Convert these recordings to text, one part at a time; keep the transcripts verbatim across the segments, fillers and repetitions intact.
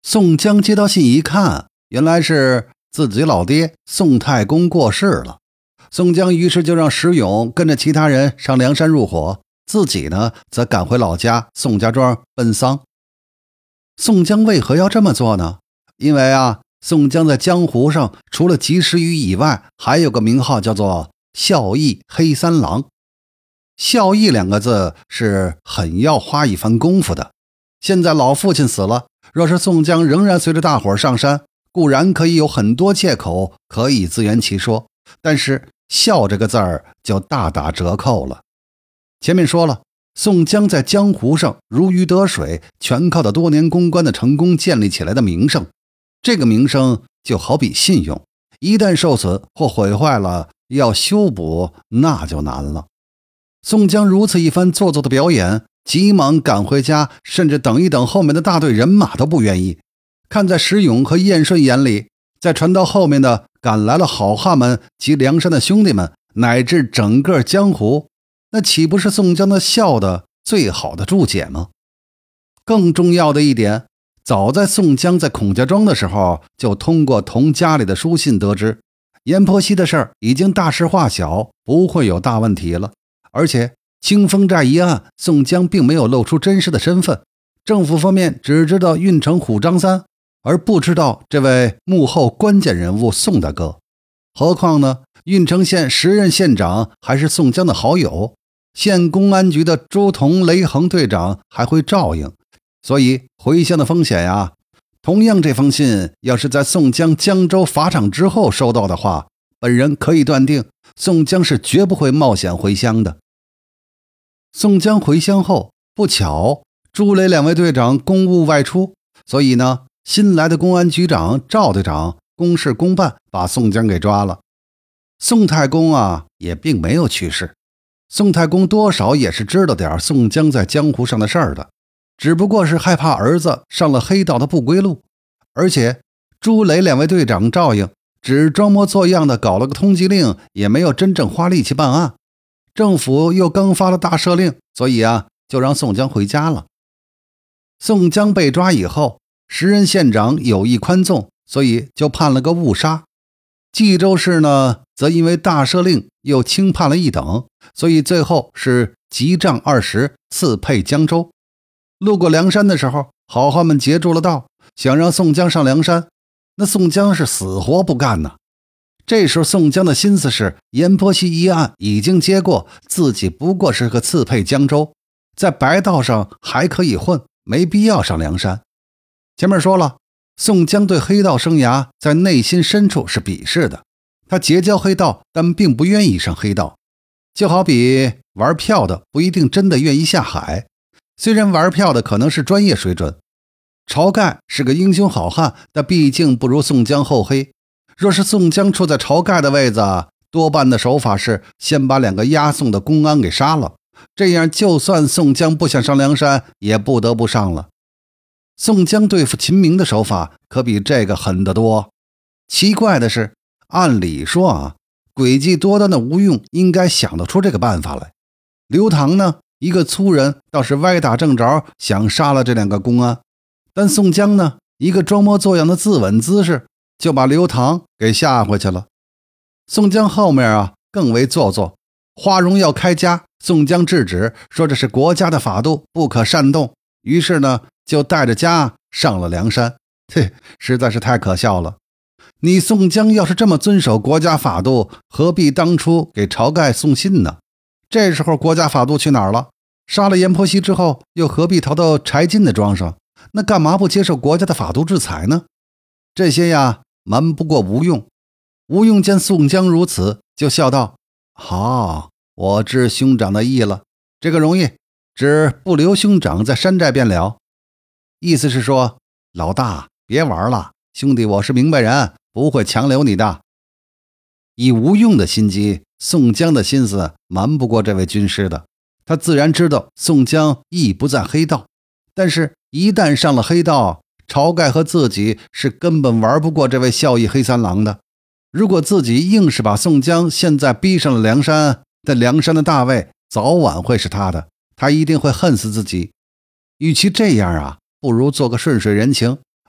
宋江接到信一看，原来是自己老爹宋太公过世了。宋江于是就让石勇跟着其他人上梁山入伙，自己呢则赶回老家宋家庄奔丧。宋江为何要这么做呢？因为啊，宋江在江湖上除了及时雨以外，还有个名号叫做孝义黑三郎。孝义两个字是很要花一番功夫的。现在老父亲死了，若是宋江仍然随着大伙上山，固然可以有很多借口可以自圆其说，但是孝这个字儿就大打折扣了。前面说了，宋江在江湖上如鱼得水，全靠他多年攻关的成功建立起来的名声。这个名声就好比信用，一旦受损或毁坏了，要修补那就难了。宋江如此一番做作的表演，急忙赶回家，甚至等一等后面的大队人马都不愿意。看在石勇和燕顺眼里，再传到后面的赶来了好汉们及梁山的兄弟们，乃至整个江湖，那岂不是宋江的孝的最好的注解吗？更重要的一点，早在宋江在孔家庄的时候，就通过同家里的书信得知，阎婆惜的事儿已经大事化小，不会有大问题了。而且清风寨一案，宋江并没有露出真实的身份，政府方面只知道运城虎张三，而不知道这位幕后关键人物宋大哥。何况呢，运城县时任县长还是宋江的好友，县公安局的朱同雷横队长还会照应，所以回乡的风险呀，同样这封信要是在宋江江州法场之后收到的话，本人可以断定宋江是绝不会冒险回乡的。宋江回乡后，不巧朱雷两位队长公务外出，所以呢，新来的公安局长赵队长公事公办，把宋江给抓了。宋太公啊，也并没有去世。宋太公多少也是知道点宋江在江湖上的事儿的，只不过是害怕儿子上了黑道的不归路。而且朱雷两位队长照应，只装模作样的搞了个通缉令，也没有真正花力气办案。政府又刚发了大赦令，所以啊，就让宋江回家了。宋江被抓以后，时任县长有意宽纵，所以就判了个误杀。冀州市呢，则因为大赦令又轻判了一等，所以最后是急杖二十，赐配江州。路过梁山的时候，好汉们截住了道，想让宋江上梁山，那宋江是死活不干呢。这时候宋江的心思是，阎婆惜一案已经接过，自己不过是个刺配江州，在白道上还可以混，没必要上梁山。前面说了，宋江对黑道生涯在内心深处是鄙视的，他结交黑道，但并不愿意上黑道。就好比玩票的不一定真的愿意下海，虽然玩票的可能是专业水准。晁盖是个英雄好汉，但毕竟不如宋江厚黑。若是宋江处在晁盖的位子，多半的手法是先把两个押送的公安给杀了，这样就算宋江不想上梁山，也不得不上了。宋江对付秦明的手法可比这个狠得多。奇怪的是，按理说啊，诡计多端的吴用应该想得出这个办法来。刘唐呢，一个粗人，倒是歪打正着想杀了这两个公安，但宋江呢，一个装模作样的自刎姿势，就把刘唐给吓回去了。宋江后面啊更为做作，花荣要开家，宋江制止，说这是国家的法度，不可擅动。于是呢，就带着家上了梁山。嘿，实在是太可笑了。你宋江要是这么遵守国家法度，何必当初给晁盖送信呢？这时候国家法度去哪儿了？杀了阎婆惜之后，又何必逃到柴进的庄上？那干嘛不接受国家的法度制裁呢？这些呀，瞒不过吴用。吴用见宋江如此，就笑道：好，我知兄长的意了，这个容易，只不留兄长在山寨便了。意思是说，老大别玩了，兄弟我是明白人，不会强留你的。以吴用的心机，宋江的心思瞒不过这位军师的。他自然知道宋江亦不在黑道，但是一旦上了黑道，晁盖和自己是根本玩不过这位孝义黑三郎的。如果自己硬是把宋江现在逼上了梁山，但梁山的大位早晚会是他的，他一定会恨死自己。与其这样啊，不如做个顺水人情，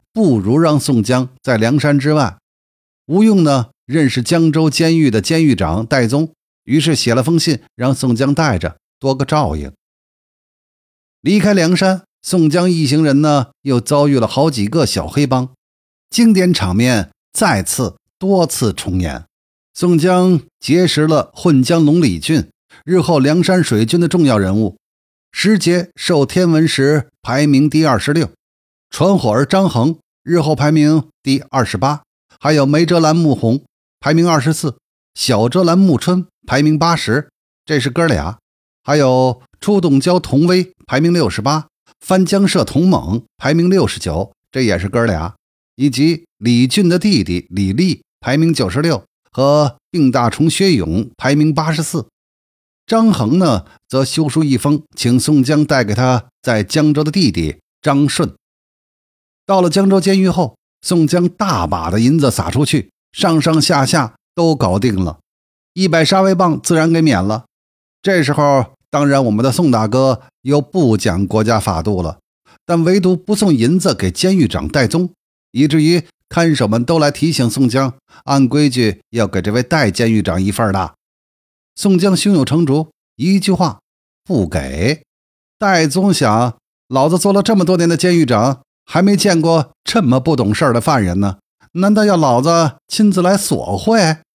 不如让宋江在梁山之外。吴用呢，认识江州监狱的监狱长戴宗，于是写了封信让宋江带着，多个照应。离开梁山，宋江一行人呢，又遭遇了好几个小黑帮，经典场面再次多次重演。宋江结识了混江龙李俊，日后梁山水军的重要人物。石杰受天文时排名第二十六，传火儿张衡日后排名第二十八，还有梅哲兰穆弘排名二十四，小哲兰穆春排名八十，这是哥俩。还有出洞蛟童威排名六十八，翻江社童猛排名六十九，这也是哥俩。以及李俊的弟弟李立排名九十六，和病大虫薛勇排名八十四。张衡呢，则修书一封，请宋江带给他在江州的弟弟张顺。到了江州监狱后，宋江大把的银子撒出去，上上下下都搞定了，一百杀威棒自然给免了。这时候当然我们的宋大哥又不讲国家法度了，但唯独不送银子给监狱长戴宗，以至于看守们都来提醒宋江，按规矩要给这位戴监狱长一份的。宋江胸有成竹，一句话不给。戴宗想，老子做了这么多年的监狱长，还没见过这么不懂事的犯人呢，难道要老子亲自来索贿？